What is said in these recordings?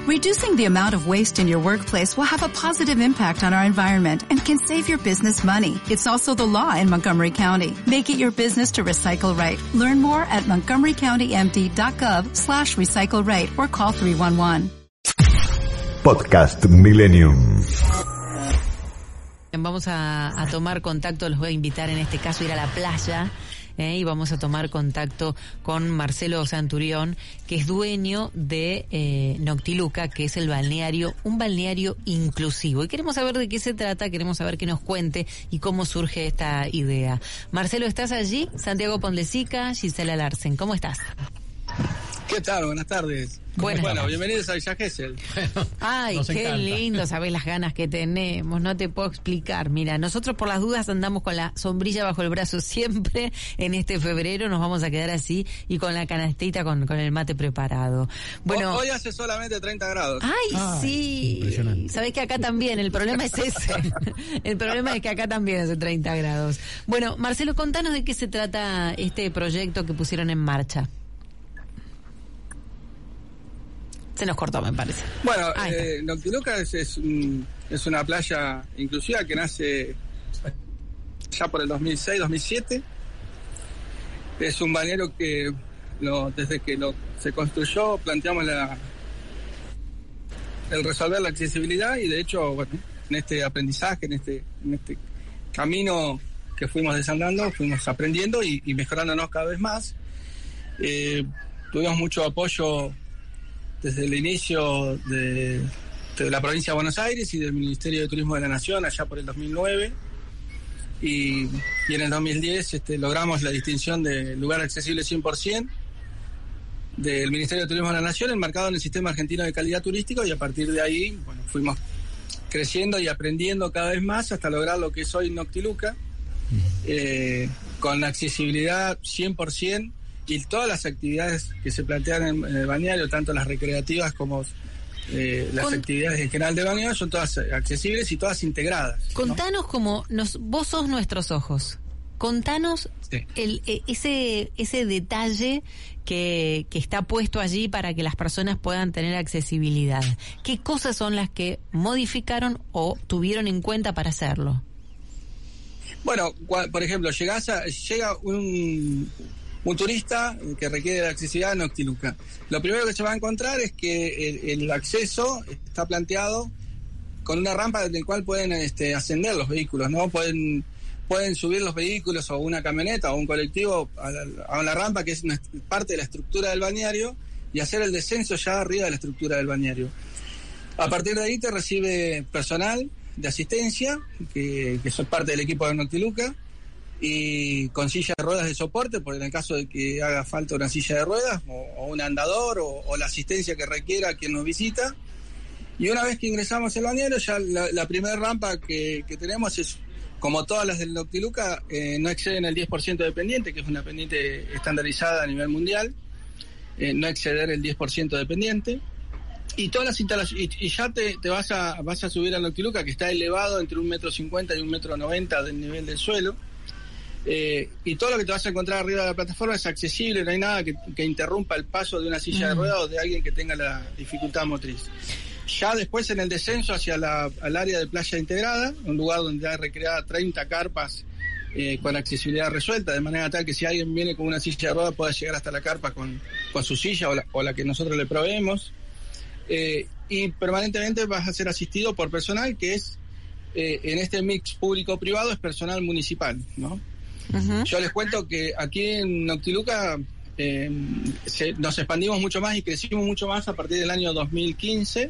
Reducing the amount of waste in your workplace will have a positive impact on our environment and can save your business money. It's also the law in Montgomery County. Make it your business to recycle right. Learn more at montgomerycountymd.gov/recycle right or call 311. Podcast Millennium. Vamos a tomar contacto, los voy a invitar en este caso a ir a la playa. Y vamos a tomar contacto con Marcelo Santurión, que es dueño de Noctiluca, que es el balneario, un balneario inclusivo. Y queremos saber de qué se trata, queremos saber que nos cuente y cómo surge esta idea. Marcelo, ¿estás allí? Santiago Pondesica, Gisela Larsen, ¿cómo estás? ¿Qué tal? Buenas tardes. Bueno, bienvenidos a Villa Gesell. Ay, qué encanta. Lindo, sabés las ganas que tenemos, no te puedo explicar. Mira, nosotros por las dudas andamos con la sombrilla bajo el brazo siempre en este febrero, nos vamos a quedar así y con la canastita con el mate preparado. Bueno, hoy hace solamente 30 grados. Ay, sí. Sabés que acá también, el problema es ese. El problema es que acá también hace 30 grados. Bueno, Marcelo, contanos de qué se trata este proyecto que pusieron en marcha. Se nos cortó, me parece. Bueno, Noctiluca es una playa inclusiva que nace ya por el 2006-2007. Es un balneario que desde que se construyó planteamos el resolver la accesibilidad y de hecho, bueno, en este aprendizaje, en este camino que fuimos desandando, fuimos aprendiendo y mejorándonos cada vez más. Tuvimos mucho apoyo desde el inicio de la provincia de Buenos Aires y del Ministerio de Turismo de la Nación allá por el 2009 y en el 2010 logramos la distinción de lugar accesible 100% del Ministerio de Turismo de la Nación enmarcado en el Sistema Argentino de Calidad Turístico y a partir de ahí, bueno, fuimos creciendo y aprendiendo cada vez más hasta lograr lo que es hoy Noctiluca, con la accesibilidad 100%. Y todas las actividades que se plantean en el balneario, tanto las recreativas como las actividades en general de balneario, son todas accesibles y todas integradas. Contanos, ¿no? Vos sos nuestros ojos. Contanos sí. ese detalle que está puesto allí para que las personas puedan tener accesibilidad. ¿Qué cosas son las que modificaron o tuvieron en cuenta para hacerlo? Por ejemplo, llega un turista que requiere la accesibilidad a Noctiluca. Lo primero que se va a encontrar es que el acceso está planteado con una rampa en la cual pueden ascender los vehículos, ¿no? Pueden subir los vehículos o una camioneta o un colectivo a la rampa que es una parte de la estructura del balneario y hacer el descenso ya arriba de la estructura del balneario. A partir de ahí te recibe personal de asistencia que son parte del equipo de Noctiluca y con silla de ruedas de soporte, porque en el caso de que haga falta una silla de ruedas o un andador o la asistencia que requiera quien nos visita. Y una vez que ingresamos al balneario, ya la primera rampa que tenemos es, como todas las del Noctiluca, no exceden el 10% de pendiente, que es una pendiente estandarizada a nivel mundial, no exceder el 10% de pendiente. Y todas las instalaciones, y ya te vas a subir al Noctiluca, que está elevado entre 1,50 m y 1,90 m del nivel del suelo. Y todo lo que te vas a encontrar arriba de la plataforma es accesible, no hay nada que interrumpa el paso de una silla de ruedas o de alguien que tenga la dificultad motriz. Ya después en el descenso hacia al área de playa integrada, un lugar donde hay recreada 30 carpas con accesibilidad resuelta, de manera tal que si alguien viene con una silla de ruedas pueda llegar hasta la carpa con su silla o la que nosotros le proveemos. Y permanentemente vas a ser asistido por personal que es, en este mix público-privado, es personal municipal, ¿no? Uh-huh. Yo les cuento que aquí en Noctiluca nos expandimos mucho más y crecimos mucho más a partir del año 2015,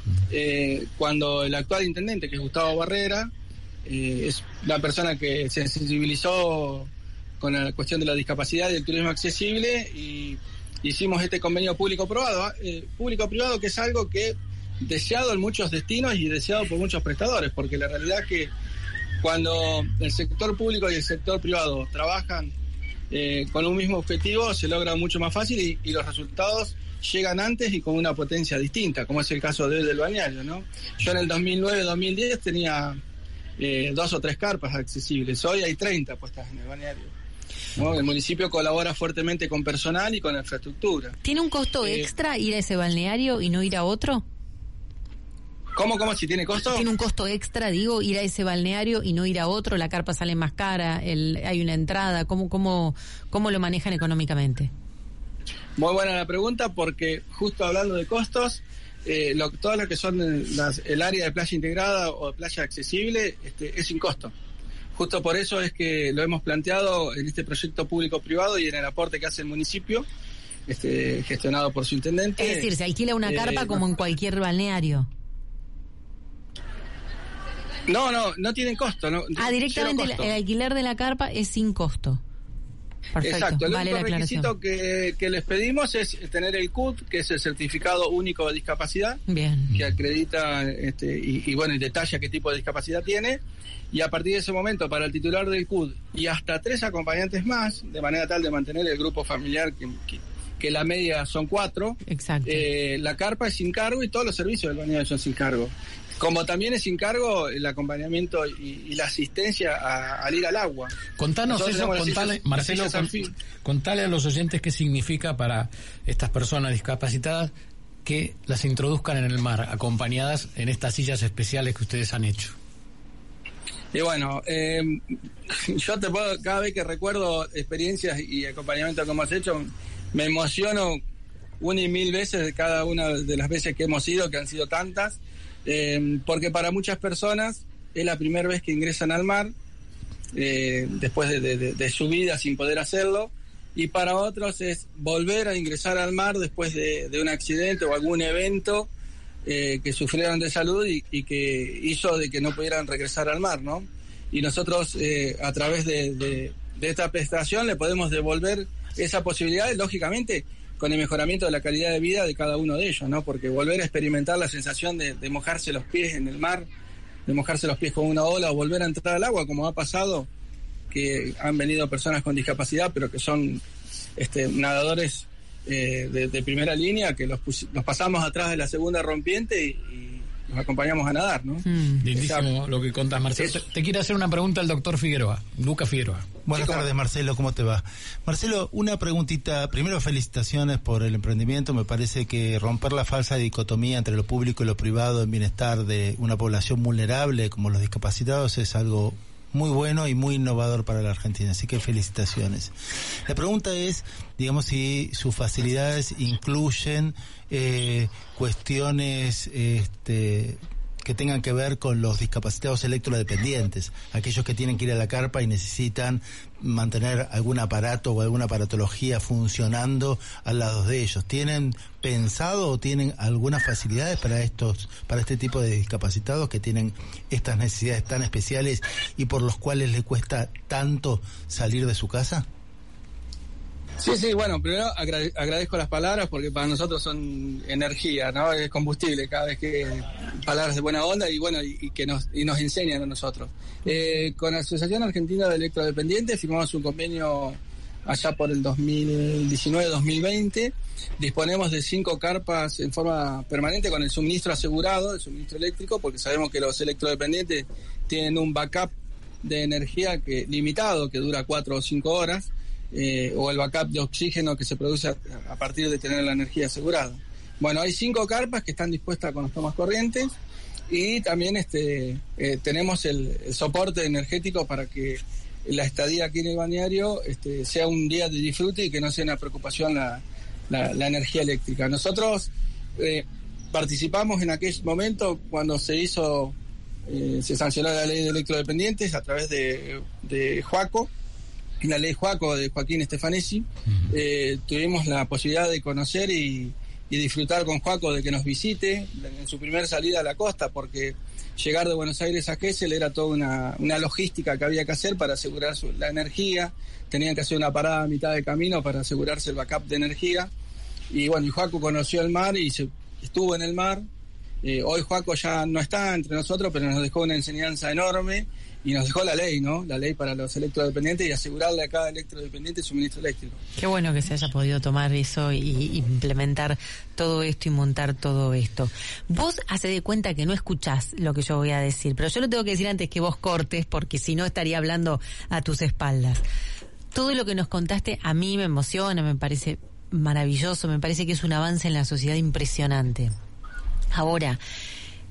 cuando el actual intendente, que es Gustavo Barrera, es la persona que se sensibilizó con la cuestión de la discapacidad y el turismo accesible y hicimos este convenio público-privado, que es algo que deseado en muchos destinos y deseado por muchos prestadores, porque la realidad es que cuando el sector público y el sector privado trabajan con un mismo objetivo, se logra mucho más fácil y los resultados llegan antes y con una potencia distinta, como es el caso del balneario, ¿no? Yo en el 2009-2010 tenía 2 o 3 carpas accesibles, hoy hay 30 puestas en el balneario, ¿no? El municipio colabora fuertemente con personal y con infraestructura. ¿Tiene un costo extra ir a ese balneario y no ir a otro? ¿Cómo? ¿Si tiene costo? ¿Tiene un costo extra, digo, ir a ese balneario y no ir a otro? ¿La carpa sale más cara? ¿Hay una entrada? ¿Cómo lo manejan económicamente? Muy buena la pregunta, porque justo hablando de costos, todo lo que son el área de playa integrada o de playa accesible es sin costo. Justo por eso es que lo hemos planteado en este proyecto público-privado y en el aporte que hace el municipio, gestionado por su intendente. Es decir, se alquila una carpa como en cualquier balneario. No tienen costo. Directamente el alquiler de la carpa es sin costo. Perfecto. Exacto, el vale único requisito que les pedimos es tener el CUT, que es el Certificado Único de Discapacidad. Bien. Que acredita y detalla qué tipo de discapacidad tiene, y a partir de ese momento para el titular del CUT y hasta 3 acompañantes más, de manera tal de mantener el grupo familiar que la media son 4. Exacto. La carpa es sin cargo y todos los servicios del balneario son sin cargo. Como también es sin cargo el acompañamiento y la asistencia al ir al agua. Contanos eso, Marcelo, contale a los oyentes qué significa para estas personas discapacitadas que las introduzcan en el mar, acompañadas en estas sillas especiales que ustedes han hecho. Y bueno, yo te puedo, cada vez que recuerdo experiencias y acompañamiento que hemos hecho, me emociono 1 y 1000 veces de cada una de las veces que hemos ido, que han sido tantas. Porque para muchas personas es la primera vez que ingresan al mar, después de su vida sin poder hacerlo, y para otros es volver a ingresar al mar después de un accidente o algún evento que sufrieron de salud y que hizo de que no pudieran regresar al mar, ¿no? Y nosotros a través de esta prestación le podemos devolver esa posibilidad, lógicamente con el mejoramiento de la calidad de vida de cada uno de ellos, ¿no? Porque volver a experimentar la sensación de mojarse los pies en el mar, de mojarse los pies con una ola o volver a entrar al agua, como ha pasado, que han venido personas con discapacidad, pero que son nadadores de primera línea, que los pasamos atrás de la segunda rompiente y los acompañamos a nadar, ¿no? Lindísimo lo que contás, Marcelo. Te quiere hacer una pregunta el doctor Figueroa, Lucas Figueroa. Buenas tardes, Marcelo, ¿cómo te va? Marcelo, una preguntita. Primero, felicitaciones por el emprendimiento. Me parece que romper la falsa dicotomía entre lo público y lo privado en bienestar de una población vulnerable como los discapacitados es algo muy bueno y muy innovador para la Argentina, así que felicitaciones. La pregunta es, digamos, si sus facilidades incluyen cuestiones que tengan que ver con los discapacitados electrodependientes, aquellos que tienen que ir a la carpa y necesitan mantener algún aparato o alguna aparatología funcionando al lado de ellos. ¿Tienen pensado o tienen algunas facilidades para este tipo de discapacitados que tienen estas necesidades tan especiales y por los cuales les cuesta tanto salir de su casa? Sí, bueno, primero agradezco las palabras porque para nosotros son energía, ¿no? Es combustible cada vez que palabras de buena onda y bueno, y nos enseñan a nosotros. Con la Asociación Argentina de Electrodependientes firmamos un convenio allá por el 2019-2020. Disponemos de 5 carpas en forma permanente con el suministro asegurado, el suministro eléctrico, porque sabemos que los electrodependientes tienen un backup de energía limitado, que dura 4 o 5 horas. O el backup de oxígeno que se produce a partir de tener la energía asegurada. Bueno, hay 5 carpas que están dispuestas con los tomas corrientes y también tenemos el soporte energético para que la estadía aquí en el balneario sea un día de disfrute y que no sea una preocupación la energía eléctrica. Nosotros participamos en aquel momento cuando se sancionó la ley de electrodependientes a través de Joaco, la ley Joaco de Joaquín Stefanesi. Tuvimos la posibilidad de conocer y disfrutar con Joaco de que nos visite en su primer salida a la costa, porque llegar de Buenos Aires a Gesell era toda una logística que había que hacer para asegurar la energía. Tenían que hacer una parada a mitad de camino para asegurarse el backup de energía. Y bueno, y Joaco conoció el mar y estuvo en el mar. Hoy Joaco ya no está entre nosotros, pero nos dejó una enseñanza enorme. Y nos dejó la ley, ¿no? La ley para los electrodependientes y asegurarle a cada electrodependiente suministro eléctrico. Qué bueno que se haya podido tomar eso y implementar todo esto y montar todo esto. Vos hace de cuenta que no escuchás lo que yo voy a decir, pero yo lo tengo que decir antes que vos cortes, porque si no estaría hablando a tus espaldas. Todo lo que nos contaste a mí me emociona, me parece maravilloso, me parece que es un avance en la sociedad impresionante. Ahora,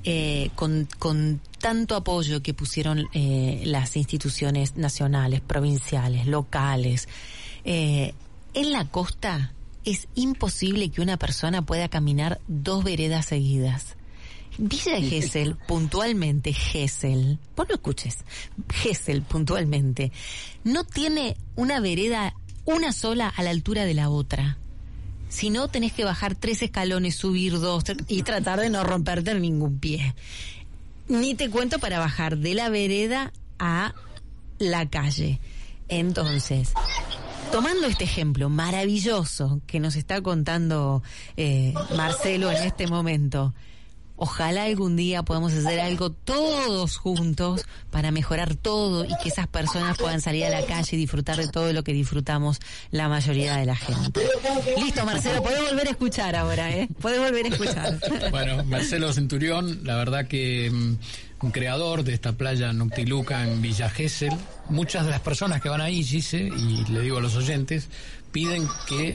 con tanto apoyo que pusieron las instituciones nacionales, provinciales, locales, en la costa es imposible que una persona pueda caminar 2 veredas seguidas. Villa Gesell, puntualmente, Gesell, vos no escuches, Gesell, puntualmente, no tiene una vereda, una sola a la altura de la otra. Si no, tenés que bajar 3 escalones, subir 2 y tratar de no romperte ningún pie. Ni te cuento para bajar de la vereda a la calle. Entonces, tomando este ejemplo maravilloso que nos está contando Marcelo en este momento, ojalá algún día podamos hacer algo todos juntos para mejorar todo y que esas personas puedan salir a la calle y disfrutar de todo lo que disfrutamos la mayoría de la gente. Listo, Marcelo, podés volver a escuchar ahora, ¿eh? Podés volver a escuchar. Bueno, Marcelo Centurión, la verdad que un creador de esta playa Noctiluca en Villa Gesell. Muchas de las personas que van ahí, Gise, y le digo a los oyentes, piden que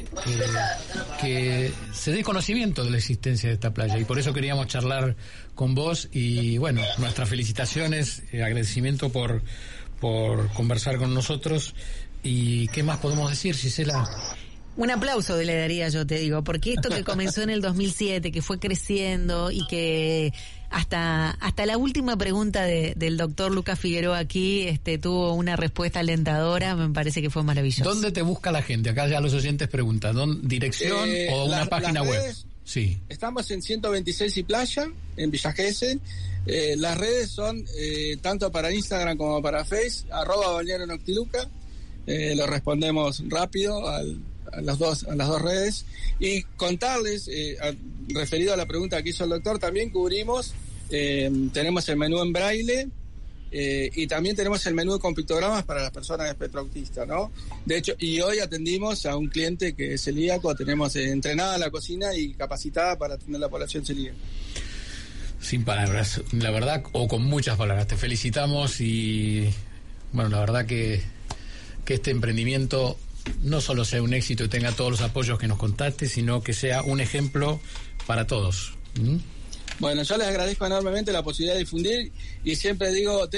se dé conocimiento de la existencia de esta playa, y por eso queríamos charlar con vos. Y bueno, nuestras felicitaciones, agradecimiento por conversar con nosotros. ¿Y qué más podemos decir, Gisela? Un aplauso le daría yo, te digo, porque esto que comenzó en el 2007, que fue creciendo y que hasta la última pregunta del doctor Lucas Figueroa aquí tuvo una respuesta alentadora, me parece que fue maravilloso. ¿Dónde te busca la gente? Acá ya los oyentes preguntan, ¿dirección o una página web? Sí. Estamos en 126 y Playa, en Villa Gesell. Las redes son tanto para Instagram como para Facebook, @Balneario Noctiluca. Lo respondemos rápido a las dos redes. Y contarles, referido a la pregunta que hizo el doctor, también cubrimos, tenemos el menú en braille, y también tenemos el menú con pictogramas para las personas de espectro autista, ¿no? De hecho, y hoy atendimos a un cliente que es celíaco, tenemos entrenada la cocina y capacitada para atender a la población celíaca. Sin palabras, la verdad, o con muchas palabras. Te felicitamos y, bueno, la verdad que este emprendimiento no solo sea un éxito y tenga todos los apoyos que nos contaste, sino que sea un ejemplo para todos. Bueno, yo les agradezco enormemente la posibilidad de difundir, y siempre digo,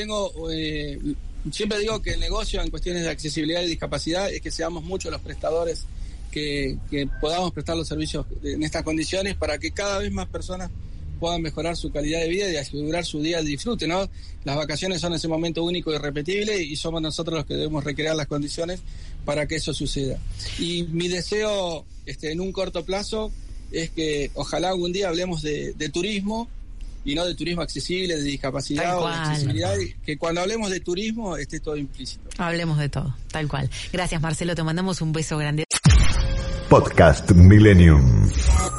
siempre digo que el negocio en cuestiones de accesibilidad y discapacidad es que seamos muchos los prestadores que podamos prestar los servicios en estas condiciones, para que cada vez más personas puedan mejorar su calidad de vida y asegurar su día de disfrute, ¿no? Las vacaciones son ese momento único y irrepetible, y somos nosotros los que debemos recrear las condiciones para que eso suceda. Y mi deseo en un corto plazo es que ojalá algún día hablemos de turismo, y no de turismo accesible, de discapacidad o de accesibilidad, y que cuando hablemos de turismo esté todo implícito. Hablemos de todo, tal cual. Gracias, Marcelo, te mandamos un beso grande. Podcast Millennium.